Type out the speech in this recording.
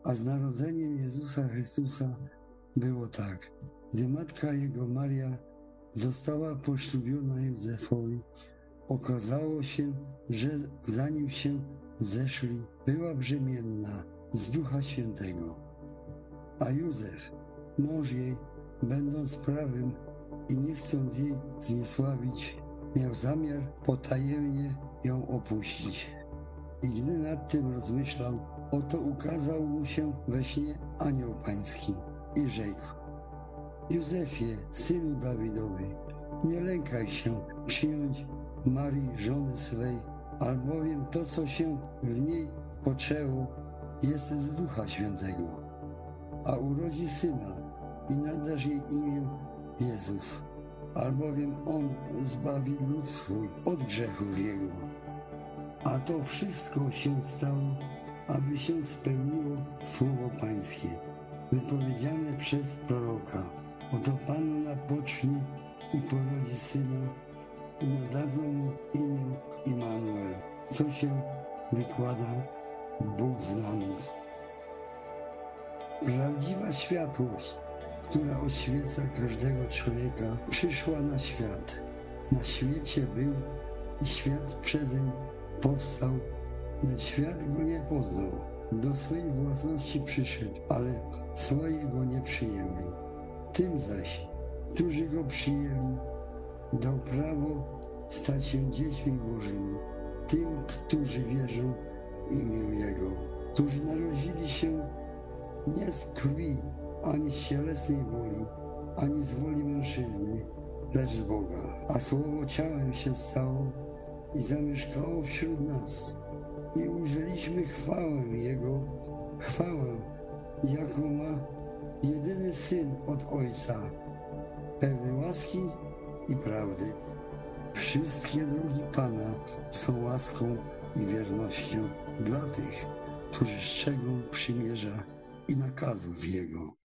A z narodzeniem Jezusa Chrystusa było tak. Gdy matka Jego Maria została poślubiona Józefowi, okazało się, że zanim się zeszli, była brzemienna z Ducha Świętego. A Józef, mąż jej, będąc prawym i nie chcąc jej zniesławić, miał zamiar potajemnie ją opuścić. I gdy nad tym rozmyślał, oto ukazał mu się we śnie anioł pański i rzekł: Józefie, synu Dawidowy, nie lękaj się przyjąć Marii, żony swej, albowiem to, co się w niej poczęło, jest z Ducha Świętego. A urodzi syna i nadasz jej imię Jezus, albowiem On zbawi lud swój od grzechów jego. A to wszystko się stało, aby się spełniło słowo pańskie, wypowiedziane przez proroka. Oto Panna pocznie i porodzi syna i nadadzą mu imię Immanuel, co się wykłada Bóg z nami. Prawdziwa światłość, która oświeca każdego człowieka, przyszła na świat. Na świecie był i świat przezeń powstał, lecz świat go nie poznał. Do swej własności przyszedł, ale swoi go nie przyjęli. Tym zaś, którzy go przyjęli, dał prawo stać się dziećmi Bożymi, tym, którzy wierzą w imię Jego, którzy narodzili się nie z krwi, ani z cielesnej woli, ani z woli mężczyzny, lecz z Boga. A Słowo ciałem się stało i zamieszkało wśród nas. I ujrzeliśmy chwałę Jego, chwałę, jaką ma jedyny Syn od Ojca, pełny łaski i prawdy. Wszystkie drogi Pana są łaską i wiernością dla tych, którzy strzegą przymierza i nakazów Jego.